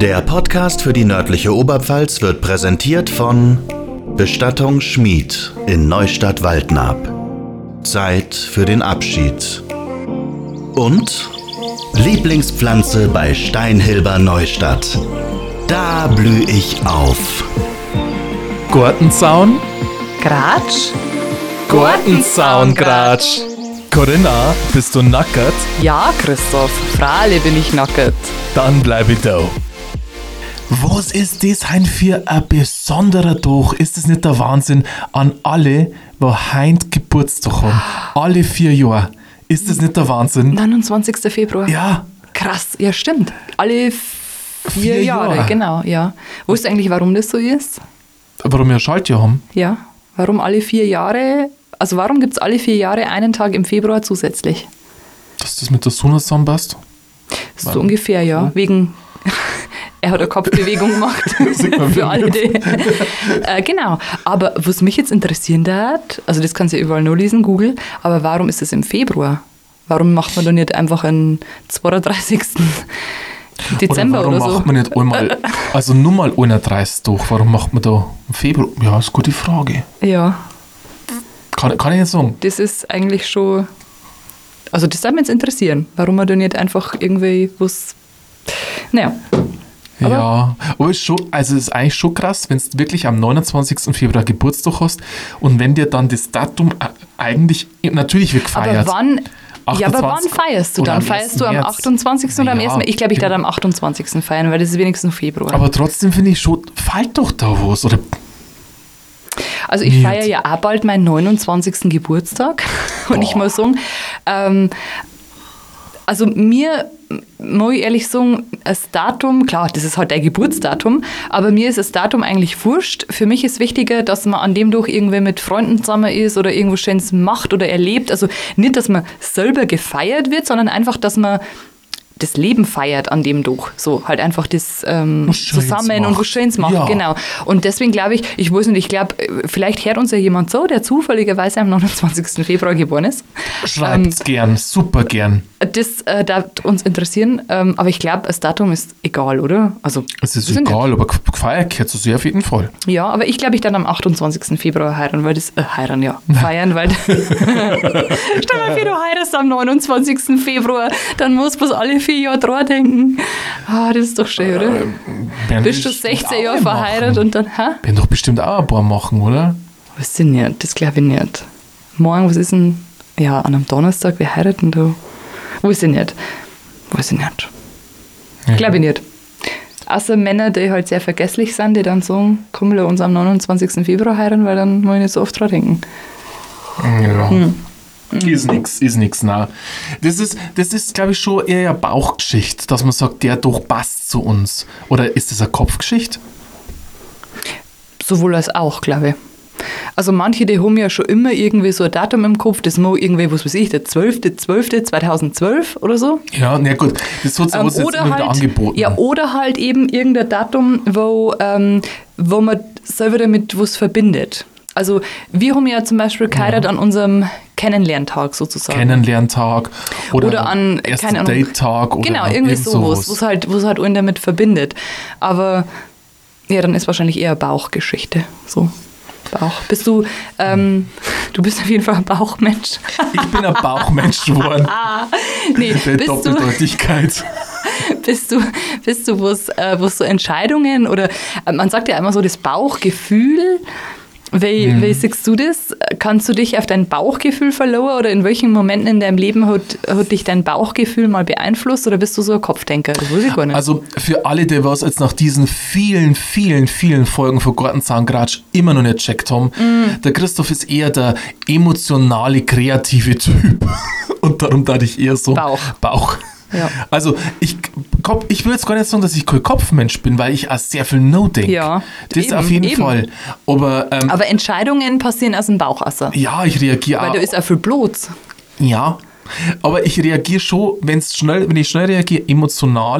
Der Podcast für die nördliche Oberpfalz wird präsentiert von Bestattung Schmied in Neustadt-Waldnab. Zeit für den Abschied. Und Lieblingspflanze bei Steinhilber Neustadt. Da blüh ich auf. Gartenzaun? Gratsch? Gartenzaun, Gratsch. Corinna, bist du nackert? Ja, Christoph, freilich bin ich nackert. Dann bleib ich da. Was ist das hein für ein besonderer Tag? Ist das nicht der Wahnsinn an alle, die heint Geburtstag haben? Alle 4 Jahre. Ist das nicht der Wahnsinn? 29. Februar. Ja. Krass, ja stimmt. Alle 4 Jahre, genau, ja. Weißt du eigentlich, warum das so ist? Warum wir ein Schaltjahr haben? Ja, warum alle 4 Jahre, also warum gibt es alle 4 Jahre einen Tag im Februar zusätzlich? Dass das mit der Sonne zusammenpasst? So ungefähr, ja. Wegen, er hat eine Kopfbewegung gemacht. Für alle die. Genau. Aber was mich jetzt interessieren hat, also das kannst du ja überall nur lesen, Google, aber warum ist es im Februar? Warum macht man dann nicht einfach einen 32. Dezember oder so? Warum macht man nicht einmal, also nur mal 31 durch, warum macht man da im Februar? Ja, ist eine gute Frage. Ja. Kann ich nicht sagen. Das ist eigentlich schon, also das würde mich jetzt interessieren, warum man dann nicht einfach irgendwie was, naja. Ja, aber ist schon, also es ist eigentlich schon krass, wenn du wirklich am 29. Februar Geburtstag hast und wenn dir dann das Datum eigentlich, natürlich wird gefeiert. Aber wann, 28, ja, aber wann feierst du dann? Feierst du am 28. oder am 1.? Ich glaube, ich werde am 28. feiern, weil das ist wenigstens Februar. Aber trotzdem finde ich schon, fällt doch da was, oder? Also ich feiere ja auch bald meinen 29. Geburtstag und ich muss sagen, also mir, muss ich ehrlich sagen, das Datum, klar, das ist halt dein Geburtsdatum, aber mir ist das Datum eigentlich wurscht. Für mich ist wichtiger, dass man an dem durch irgendwie mit Freunden zusammen ist oder irgendwo Schönes macht oder erlebt. Also nicht, dass man selber gefeiert wird, sondern einfach, dass man das Leben feiert an dem durch. So, halt einfach das zusammen und was Schönes macht. Ja. Genau. Und deswegen glaube ich weiß nicht, ich glaube, vielleicht hört uns ja jemand so, der zufälligerweise am 29. Februar geboren ist. Schreibt's gern, super gern. Das darf uns interessieren, aber ich glaube, das Datum ist egal, oder? Also, es ist egal, aber gefeiert gehört zu sehr auf jeden Fall. Ja, aber ich glaube, ich dann am 28. Februar feiern, weil stell mal vor, du heiratest am 29. Februar, dann musst du alle 4 Jahre dran denken. Ah, das ist doch schön, oder? Bist du 16 Jahre verheiratet und dann, Werden doch bestimmt auch ein paar machen, oder? Was denn nicht? Das glaube ich nicht. Morgen, was ist denn? Ja, an einem Donnerstag, wir heiraten da. Weiß ich nicht. Ja. Glaube ich nicht. Außer Männer, die halt sehr vergesslich sind, die dann sagen, komm, lass uns am 29. Februar heiraten, weil dann muss ich nicht so oft dran denken. Ja. Ist nix, nein. Das ist, glaube ich, schon eher eine Bauchgeschichte, dass man sagt, der doch passt zu uns. Oder ist das eine Kopfgeschichte? Sowohl als auch, glaube ich. Also manche, die haben ja schon immer irgendwie so ein Datum im Kopf, das muss irgendwie, was weiß ich, der 12.12.2012 oder so. Ja, na gut, das hat sowas jetzt immer wieder angeboten. Ja, oder halt eben irgendein Datum, wo man selber damit was verbindet. Also wir haben ja zum Beispiel geheiratet an unserem Kennenlerntag sozusagen. Kennenlerntag oder an ersten Date-Tag. Oder genau, irgendwie sowas, was halt einen damit verbindet. Aber ja, dann ist wahrscheinlich eher Bauchgeschichte. So, Bauch. Bist du, du bist auf jeden Fall ein Bauchmensch. Ich bin ein Bauchmensch geworden. Nee, mit Doppeldeutigkeit. Bist du was so Entscheidungen oder man sagt ja immer so das Bauchgefühl. Wie siehst du das? Kannst du dich auf dein Bauchgefühl verlassen oder in welchen Momenten in deinem Leben hat dich dein Bauchgefühl mal beeinflusst oder bist du so ein Kopfdenker? Das weiß ich gar nicht. Also für alle, die was jetzt nach diesen vielen Folgen von Gartenzaun Gratsch immer noch nicht gecheckt haben, der Christoph ist eher der emotionale, kreative Typ und darum dachte ich eher so Bauch. Ja. Also ich will jetzt gar nicht sagen, dass ich kein Kopfmensch bin, weil ich auch sehr viel No-Denk. Ja, das eben, auf jeden Fall. Aber Entscheidungen passieren aus dem Bauch raus. Ja, ich reagiere auch. Weil da ist auch viel Blut. Ja, aber ich reagiere schon, wenn ich schnell reagiere, emotionaler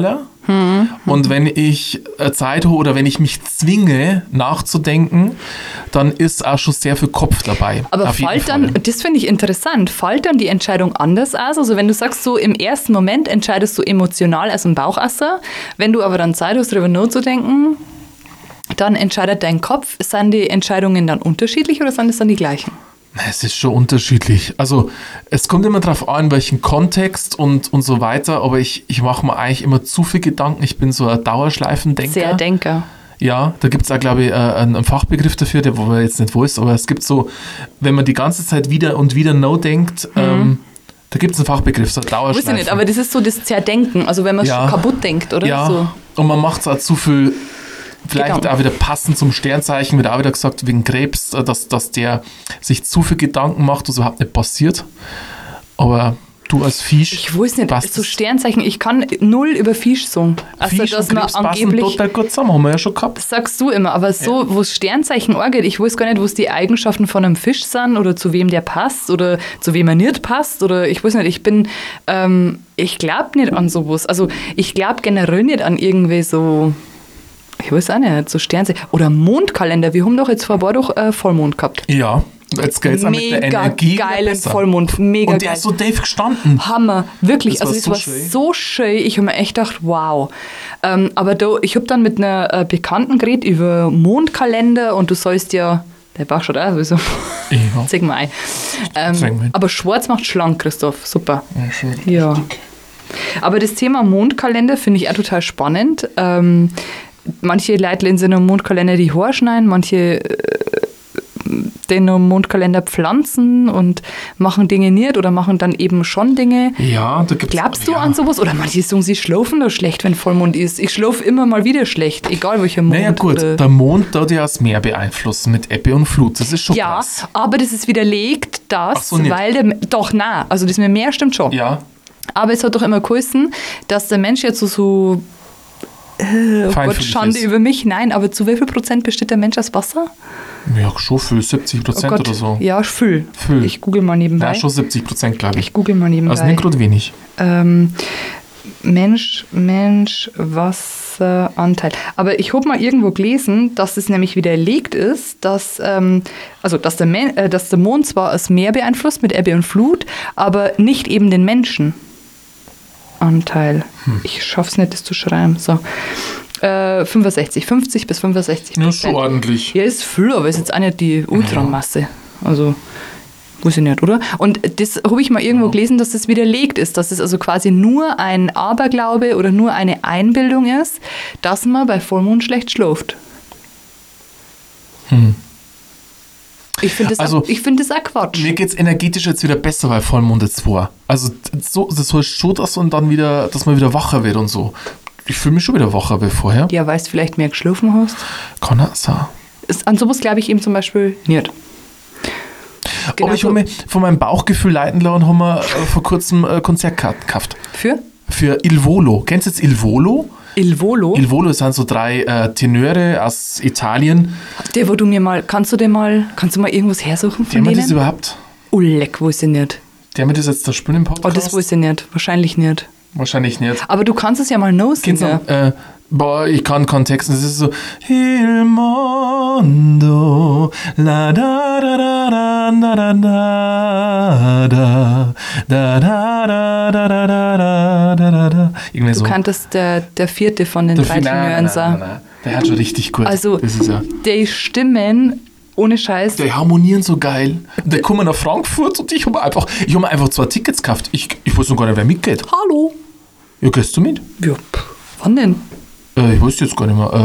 Und wenn ich Zeit habe oder wenn ich mich zwinge, nachzudenken, dann ist auch schon sehr viel Kopf dabei. Aber auf jeden fällt Fall. dann, das finde ich interessant, fällt dann die Entscheidung anders aus? Also wenn du sagst, so im ersten Moment entscheidest du emotional aus dem Bauchasser, wenn du aber dann Zeit hast, darüber nachzudenken, dann entscheidet dein Kopf. Sind die Entscheidungen dann unterschiedlich oder sind es dann die gleichen? Es ist schon unterschiedlich. Also es kommt immer darauf an, welchen Kontext und so weiter, aber ich mache mir eigentlich immer zu viel Gedanken. Ich bin so ein Dauerschleifendenker. Sehr Denker. Ja, da gibt es auch, glaube ich, einen Fachbegriff dafür, der wo man jetzt nicht weiß, aber es gibt so, wenn man die ganze Zeit wieder und wieder no denkt, da gibt es einen Fachbegriff, so Dauerschleifen. Weiß ich nicht, aber das ist so das Zerdenken, also wenn man schon kaputt denkt, oder? Ja, So. und man macht es auch zu viel, vielleicht Gedanken. auch wieder passend zum Sternzeichen, wird auch wieder gesagt, wegen Krebs, dass der sich zu viel Gedanken macht, was überhaupt nicht passiert. Aber du als Fisch... Ich weiß nicht, passt so es. Sternzeichen, ich kann null über Fisch sagen. Also, Fisch dass und man Krebs passen angeblich, total gut zusammen, haben wir ja schon gehabt. das sagst du immer, aber so, wo es Sternzeichen angeht, ich weiß gar nicht, wo es die Eigenschaften von einem Fisch sind oder zu wem der passt oder zu wem er nicht passt oder ich weiß nicht, ich glaube nicht an sowas. Also ich glaube generell nicht an irgendwie so... Ich weiß auch nicht, so Sternzeichen. Oder Mondkalender. Wir haben doch jetzt vor ein paar Wochen Vollmond gehabt. Ja, jetzt geht es auch mit der Mega Energie wieder geilen besser. Vollmond. Mega Und der geil. ist so tief gestanden. Hammer, wirklich. Das war Also das so war schön. so schön. Ich habe mir echt gedacht, wow. Aber ich habe dann mit einer Bekannten geredet über Mondkalender und du sollst ja... Der Bauch schaut aus wie so. Ja. Zeig mal ein. Zeig mal. Aber schwarz macht schlank, Christoph. Super. Ja, schön. Ja. Aber das Thema Mondkalender finde ich auch total spannend. Manche Leute lesen in einem Mondkalender die Haare schneiden, manche den Mondkalender pflanzen und machen Dinge nicht oder machen dann eben schon Dinge. Ja, da gibt's... Glaubst du ja. an sowas? Oder manche sagen, sie schlafen da schlecht, wenn Vollmond ist. Ich schlafe immer mal wieder schlecht, egal welcher Mond. Naja gut, der Mond tut ja das Meer beeinflussen mit Ebbe und Flut. Das ist schon ja, krass. aber das ist widerlegt, Ach dass, so, nicht. weil der... Doch, nein, also das mit dem Meer stimmt schon. Ja, Aber es hat doch immer geheißen, dass der Mensch jetzt so oh Gott, feinfühlig Schande ist. über mich. Nein, aber zu wie viel Prozent besteht der Mensch aus Wasser? Ja, schon viel, 70% Gott, oder so. ja, viel. Viel. Ich google mal nebenbei. Ja, schon 70%, glaube ich. Ich google mal nebenbei. Also nicht gerade wenig. Mensch, Wasseranteil. Aber ich habe mal irgendwo gelesen, dass es nämlich widerlegt ist, dass der Mond zwar das Meer beeinflusst mit Ebbe und Flut, aber nicht eben den Menschenanteil. Ich schaffe es nicht, das zu schreiben. So. 50 bis 65%. Ja, schon ordentlich. Ja, ist viel, aber ist jetzt auch nicht die Ultramasse. Also, weiß ich nicht, oder? Und das habe ich mal irgendwo gelesen, dass das widerlegt ist, dass es also quasi nur ein Aberglaube oder nur eine Einbildung ist, dass man bei Vollmond schlecht schläft. Ich finde das, find das auch Quatsch. Mir geht es energetisch jetzt wieder besser bei Vollmond jetzt vor. Also so, das heißt schon, dass man wieder wacher wird und so. Ich fühle mich schon wieder wacher wie vorher. Ja, weil du vielleicht mehr geschlafen hast. Kann auch sein. An sowas glaube ich eben zum Beispiel nicht. Genau Aber ich so. habe mich von meinem Bauchgefühl leiten lassen und haben wir vor kurzem Konzertkarten gekauft. Für Il Volo. Kennst du jetzt Il Volo? Il Volo? Il Volo sind so 3 Tenöre aus Italien. Der, wo du mir mal, kannst du mal irgendwas hersuchen von Haben wir das denen? überhaupt? Oh, leck, weiß ich nicht. Der mir das jetzt da spielen im Oh, Podcast? das weiß ich nicht. Wahrscheinlich nicht. Wahrscheinlich nicht. Aber du kannst es ja mal Kennst singen. du, ich kann Kontext. Es ist so Il mondo la da da da da da da da da da da da da da da da. Irgendwie Du so. kanntest der vierte von den Der 3 Finale, Tenören sein. nein. Der hat schon richtig gut. Also, das ist ja. die Stimmen, ohne Scheiß. Die harmonieren so geil. Der kommen nach Frankfurt und ich habe einfach 2 Tickets gekauft. Ich weiß noch gar nicht, wer mitgeht. Hallo. Ja, gehst du mit? Ja, wann denn? Ich weiß jetzt gar nicht mehr.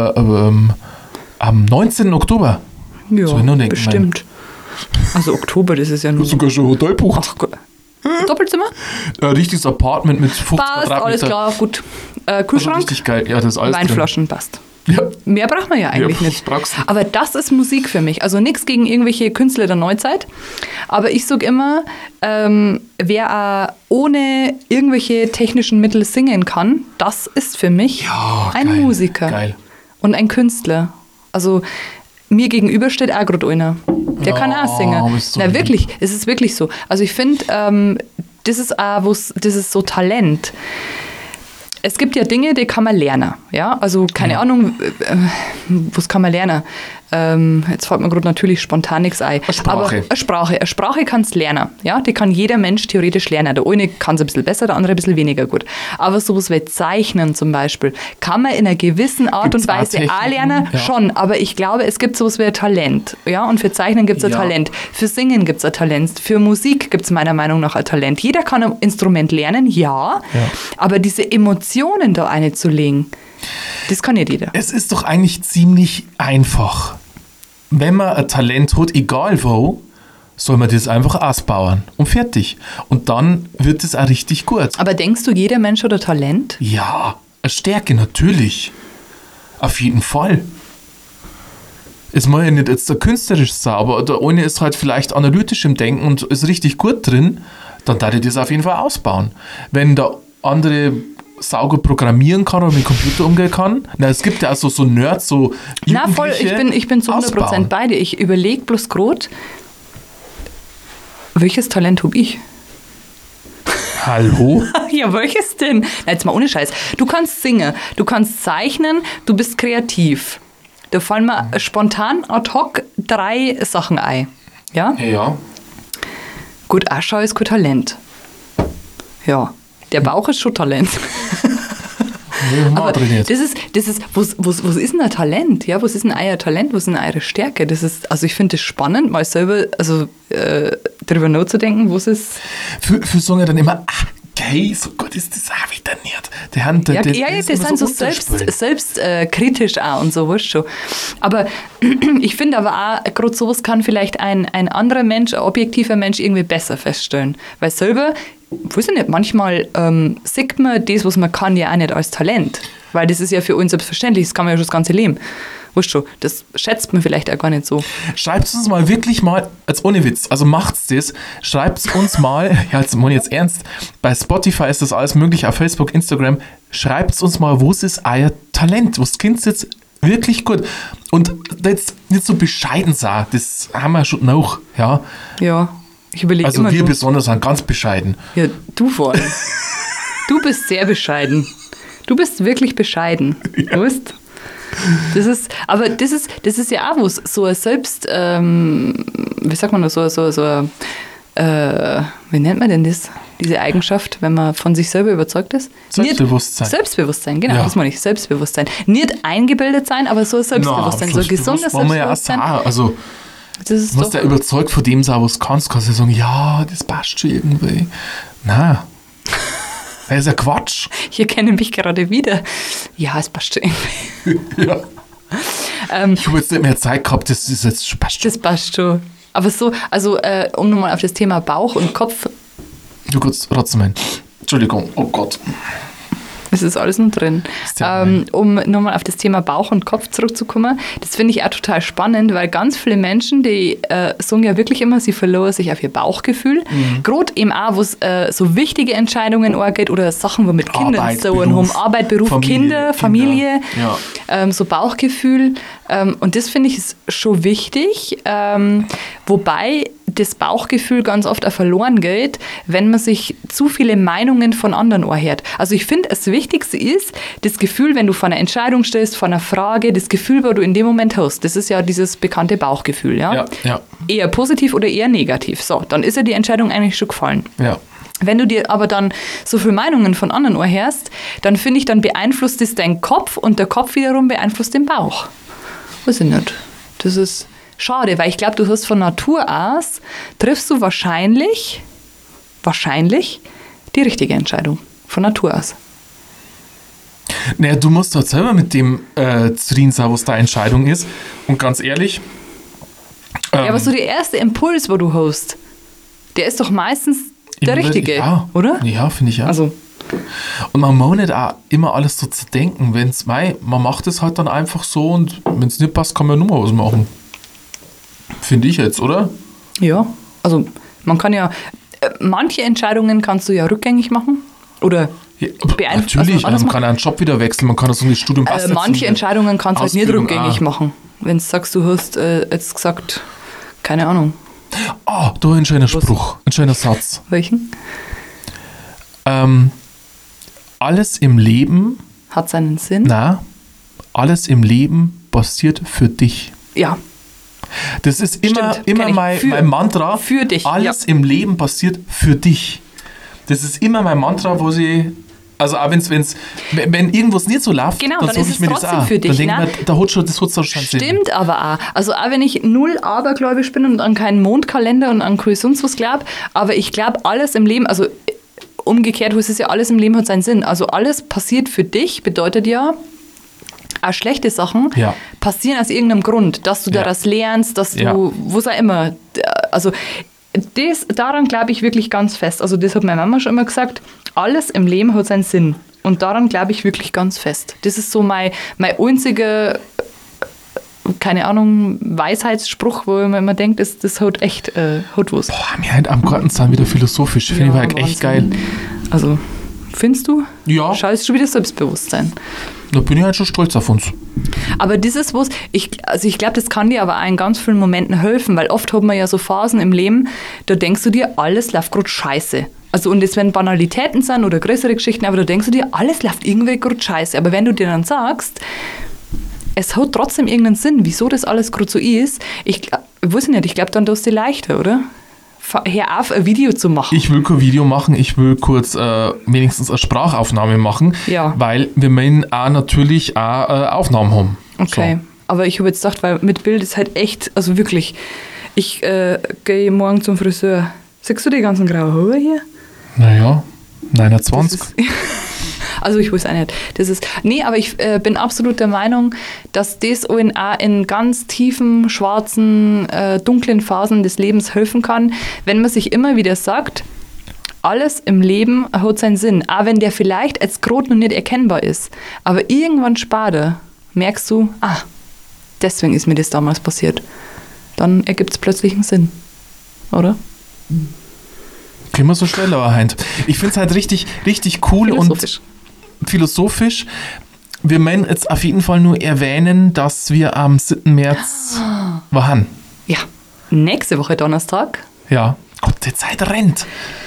Am 19. Oktober. Ja, Soll ich noch denken, bestimmt. Also Oktober, das ist ja nur... sogar schon ein Hotel bucht. Ach Gott. Doppelzimmer? Ein richtiges Apartment mit 50 Passt, Quadratmeter. alles klar, gut. Also Kühlschrank, richtig geil. Ja, das ist alles Weinflaschen, passt. drin. Ja. Mehr braucht man ja eigentlich Ja, nicht. brauchst du nicht. Aber das ist Musik für mich. Also nichts gegen irgendwelche Künstler der Neuzeit. Aber ich sage immer, wer auch ohne irgendwelche technischen Mittel singen kann, das ist für mich Ja, ein geil, Musiker geil. und ein Künstler. Also mir gegenüber steht auch gerade einer. Der kann auch singen. bist du Na lieb. wirklich, es ist wirklich so. Also ich finde, das ist so Talent. es gibt ja Dinge, die kann man lernen. Ja? Also keine Ahnung, was kann man lernen? Jetzt fällt mir gerade natürlich spontan nichts ein. Eine Sprache. Aber eine Sprache kannst du lernen. Ja? Die kann jeder Mensch theoretisch lernen. Der eine kann es ein bisschen besser, der andere ein bisschen weniger gut. Aber sowas wie Zeichnen zum Beispiel, kann man in einer gewissen Art Gibt's und Weise auch auch lernen. Techniken? Ja. Schon, aber ich glaube, es gibt sowas wie ein Talent. Ja? Und für Zeichnen gibt es ein Ja. Talent. Für Singen gibt es ein Talent. Für Musik gibt es meiner Meinung nach ein Talent. Jeder kann ein Instrument lernen, ja. Aber diese Emotionen da einzulegen, das kann nicht jeder. Es ist doch eigentlich ziemlich einfach. Wenn man ein Talent hat, egal wo, soll man das einfach ausbauen und fertig. Und dann wird es auch richtig gut. Aber denkst du, jeder Mensch hat ein Talent? Ja, eine Stärke natürlich. Auf jeden Fall. Es muss ja nicht jetzt der künstlerisch sein, aber der eine ist halt vielleicht analytisch im Denken und ist richtig gut drin, dann darf ich das auf jeden Fall ausbauen. Wenn der andere sauber programmieren kann oder mit dem Computer umgehen kann. Na, es gibt ja auch so Nerds, so Na voll, Jugendliche ich bin zu 100% ausbauen. bei dir. Ich überlege bloß gerade, welches Talent habe ich? Hallo? Ja, welches denn? Na, jetzt mal ohne Scheiß. Du kannst singen, du kannst zeichnen, du bist kreativ. Da fallen mir spontan ad hoc 3 Sachen ein. Ja? Ja. Gut, Aschau ist kein Talent. Ja, der Bauch ist schon Talent. Aber das ist, was ist denn ein Talent? Ja, was ist denn euer Talent? Was ist denn eure Stärke? Das ist, also ich finde es spannend, mal selber, darüber nachzudenken, was ist. Für sagen ja dann immer, okay, so gut ist das auch wieder nicht. Die sind so selbstkritisch auch und so, weißt du schon. Aber ich finde aber auch, gerade sowas kann vielleicht ein anderer Mensch, ein objektiver Mensch irgendwie besser feststellen. Weil selber, weiß ich nicht, manchmal sieht man das, was man kann, ja auch nicht als Talent. Weil das ist ja für uns selbstverständlich, das kann man ja schon das ganze Leben. Weißt du, das schätzt man vielleicht auch gar nicht so. Schreibt uns mal wirklich mal, als ohne Witz, also macht's das, schreibt uns mal, ja, jetzt ernst, bei Spotify ist das alles möglich, auf Facebook, Instagram, schreibt uns mal, wo ist euer Talent, was könnt ihr jetzt wirklich gut? Und jetzt nicht so bescheiden sein, das haben wir schon noch, ja. Ja, ich überlege Also immer wir nur. besonders sind ganz bescheiden. Ja, du vor allem. Du bist sehr bescheiden. Du bist wirklich bescheiden. Ja. Weißt? Das ist ja auch was, so ein Selbst, wie sagt man das, wie nennt man denn das, diese Eigenschaft, wenn man von sich selber überzeugt ist? Selbstbewusstsein. Selbstbewusstsein, genau, Ja. das meine ich, Selbstbewusstsein. Nicht eingebildet sein, aber so ein Selbstbewusstsein, so ein gesundes wollen wir ja auch Selbstbewusstsein. sagen. Also, Das ist du musst ja überzeugt von dem sein, was du kannst du sagen, ja, das passt schon irgendwie. Nein. Das ist ja Quatsch. ich erkenne mich gerade wieder. Ja, es passt schon irgendwie. Ja. Ich habe jetzt nicht mehr Zeit gehabt, das ist jetzt passt schon. Das passt schon. Aber so, also um nochmal auf das Thema Bauch und Kopf, Du kurz rotzen. Entschuldigung, oh Gott. es ist alles noch drin. Ist ja geil. Um nochmal auf das Thema Bauch und Kopf zurückzukommen, das finde ich auch total spannend, weil ganz viele Menschen, die sagen ja wirklich immer, sie verloren sich auf ihr Bauchgefühl. Gerade eben auch, wo es so wichtige Entscheidungen angeht oder Sachen, wo mit Kindern Arbeit, so Beruf, haben, Arbeit, Beruf, Familie, Familie, Ja. so Bauchgefühl. Und das finde ich ist schon wichtig, wobei das Bauchgefühl ganz oft auch verloren geht, wenn man sich zu viele Meinungen von anderen anhört. Also ich finde, das Wichtigste ist das Gefühl, wenn du vor einer Entscheidung stehst, vor einer Frage, das Gefühl, was du in dem Moment hast. Das ist ja dieses bekannte Bauchgefühl. Ja? Ja. Eher positiv oder eher negativ. So, dann ist ja die Entscheidung eigentlich schon gefallen. Ja. Wenn du dir aber dann so viele Meinungen von anderen anhörst, dann finde ich, dann beeinflusst es deinen Kopf und der Kopf wiederum beeinflusst den Bauch. Weiß ich nicht. Das ist schade, weil ich glaube, du hast von Natur aus, triffst du wahrscheinlich die richtige Entscheidung. Von Natur aus. Naja, du musst halt selber mit dem zufrieden sein, was deine Entscheidung ist. Und ganz ehrlich. Ja, aber so der erste Impuls, wo du hast, der ist doch meistens der richtige, ja, oder? Ja, finde ich ja. Also, Und man muss nicht auch immer alles so zu denken. Man macht es halt dann einfach so und wenn es nicht passt, kann man nur mal was machen. Finde ich jetzt, oder? ja. Also, man kann ja, manche Entscheidungen kannst du ja rückgängig machen. Oder Ja, beeinflusst. natürlich, Also, man kann einen Job wieder wechseln, man kann das irgendwie Studium aussetzen. manche Entscheidungen kannst du halt nicht Ausbildung rückgängig auch. machen. Wenn du sagst, du hast jetzt gesagt, keine Ahnung, Oh, da ein schöner Spruch, ein schöner Satz. welchen? alles im Leben, Hat seinen Sinn. alles im Leben passiert für dich. Ja. Das ist immer Stimmt, kenn ich. mein Mantra. Für dich, Alles ja. im Leben passiert für dich. Das ist immer mein Mantra, wo sie... Also auch wenn irgendwas nicht so läuft, Genau, dann dann sage ist ich es mir das trotzdem auch. für dich, dann denke ne? ich mir, das hat schon Sinn. Stimmt aber auch. Also auch wenn ich null abergläubisch bin und an keinen Mondkalender und an kein sonst was glaube, aber ich glaube, alles im Leben, also umgekehrt, wo es ist ja, alles im Leben hat seinen Sinn. Also alles passiert für dich, bedeutet ja, auch schlechte Sachen Ja. passieren aus irgendeinem Grund, dass du Ja. daraus lernst, dass du, Ja. was auch immer, also daran glaube ich wirklich ganz fest. Also das hat meine Mama schon immer gesagt, alles im Leben hat seinen Sinn. Und daran glaube ich wirklich ganz fest. Das ist so mein einziger, keine Ahnung, Weisheitsspruch, wo man immer denkt, das hat echt hat was. Boah, wir halt am Gartenzahn wieder philosophisch. Finde ich halt echt geil. Wahnsinn. Also, findest du? Ja. Schaust schon wieder Selbstbewusstsein. Da bin ich halt schon stolz auf uns. Aber das ist was, ich glaube, das kann dir aber auch in ganz vielen Momenten helfen, weil oft hat man ja so Phasen im Leben, da denkst du dir, alles läuft gerade scheiße. Also und das werden Banalitäten sein oder größere Geschichten, aber da denkst du dir, alles läuft irgendwie gerade scheiße. Aber wenn du dir dann sagst, es hat trotzdem irgendeinen Sinn, wieso das alles gerade so ist, ich weiß nicht, ich glaube, dann tust du dir leichter, oder? Hör auf, ein Video zu machen. Ich will kein Video machen, ich will kurz wenigstens eine Sprachaufnahme machen, Ja. weil wir meinen auch natürlich auch Aufnahmen haben. Okay, aber ich habe jetzt gedacht, weil mit Bild ist halt echt, also wirklich, ich gehe morgen zum Friseur. Siehst du die ganzen grauen Haare hier? So. Naja, 29. Das ist, also ich weiß auch nicht. Das ist, nee, aber ich bin absolut der Meinung, dass das auch in ganz tiefen, schwarzen, dunklen Phasen des Lebens helfen kann, wenn man sich immer wieder sagt, alles im Leben hat seinen Sinn. Auch wenn der vielleicht als gerade noch nicht erkennbar ist. Aber irgendwann später merkst du, deswegen ist mir das damals passiert. Dann ergibt es plötzlich einen Sinn. Oder? Können wir so schnell aber Heint. Ich finde es halt richtig, richtig cool Philosophisch. und philosophisch. Wir meinen jetzt auf jeden Fall nur erwähnen, dass wir am 7. März waren. Ja, nächste Woche Donnerstag. Ja, Gott, die Zeit rennt.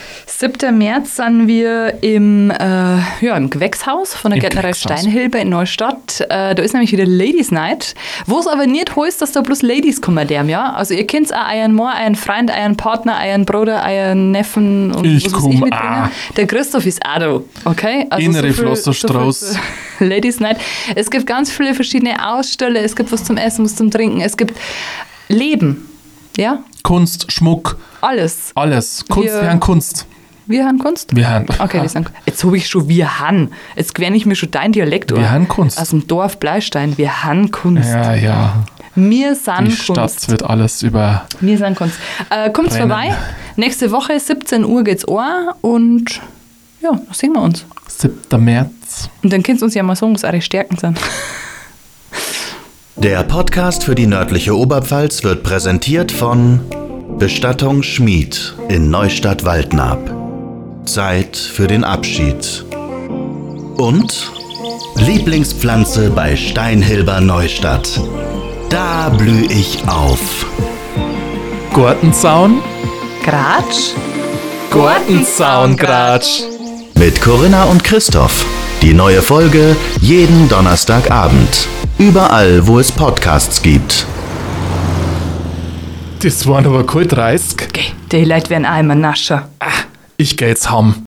7. März sind wir im Gewächshaus von der Im Gärtnerei Gewächshaus. Steinhilbe in Neustadt. Da ist nämlich wieder Ladies Night, wo es aber nicht heißt, dass da bloß Ladies kommen dürfen, ja? Also ihr könnt auch euren Mann, euren Freund, euren Partner, euren Bruder, euren Neffen und Ich was weiß komm mitbringen. auch. Der Christoph ist auch da, okay? Also Innere viel Flosserstrauß. für Ladies Night. Es gibt ganz viele verschiedene Aussteller, es gibt was zum Essen, was zum Trinken, es gibt Leben, ja? Kunst, Schmuck, Alles. alles. Kunst, Wir- wir haben Kunst. Wir haben Kunst? Wir haben. Okay, wir sind, jetzt habe ich schon wir han. Jetzt gewähne ich mir schon dein Dialekt Wir haben Kunst. aus dem Dorf Bleistein. Wir han Kunst. Ja, ja. Wir sind Die Stadt Kunst. wird alles über. Wir sind Kunst. Kommt Brennen. vorbei. Nächste Woche, 17 Uhr geht's an und ja, dann sehen wir uns. 7. März. Und dann könnt ihr uns ja mal sagen, was eure Stärken sind. Der Podcast für die nördliche Oberpfalz wird präsentiert von Bestattung Schmied in Neustadt-Waldnab. Zeit für den Abschied. Und Lieblingspflanze bei Steinhilber Neustadt. Da blüh ich auf. Gartenzaun. Gratsch. Gartenzaungratsch. Mit Corinna und Christoph. Die neue Folge jeden Donnerstagabend. Überall, wo es Podcasts gibt. Das waren aber kalt 30. Okay, die Leute werden auch immer nascher. Ich geh jetzt heim.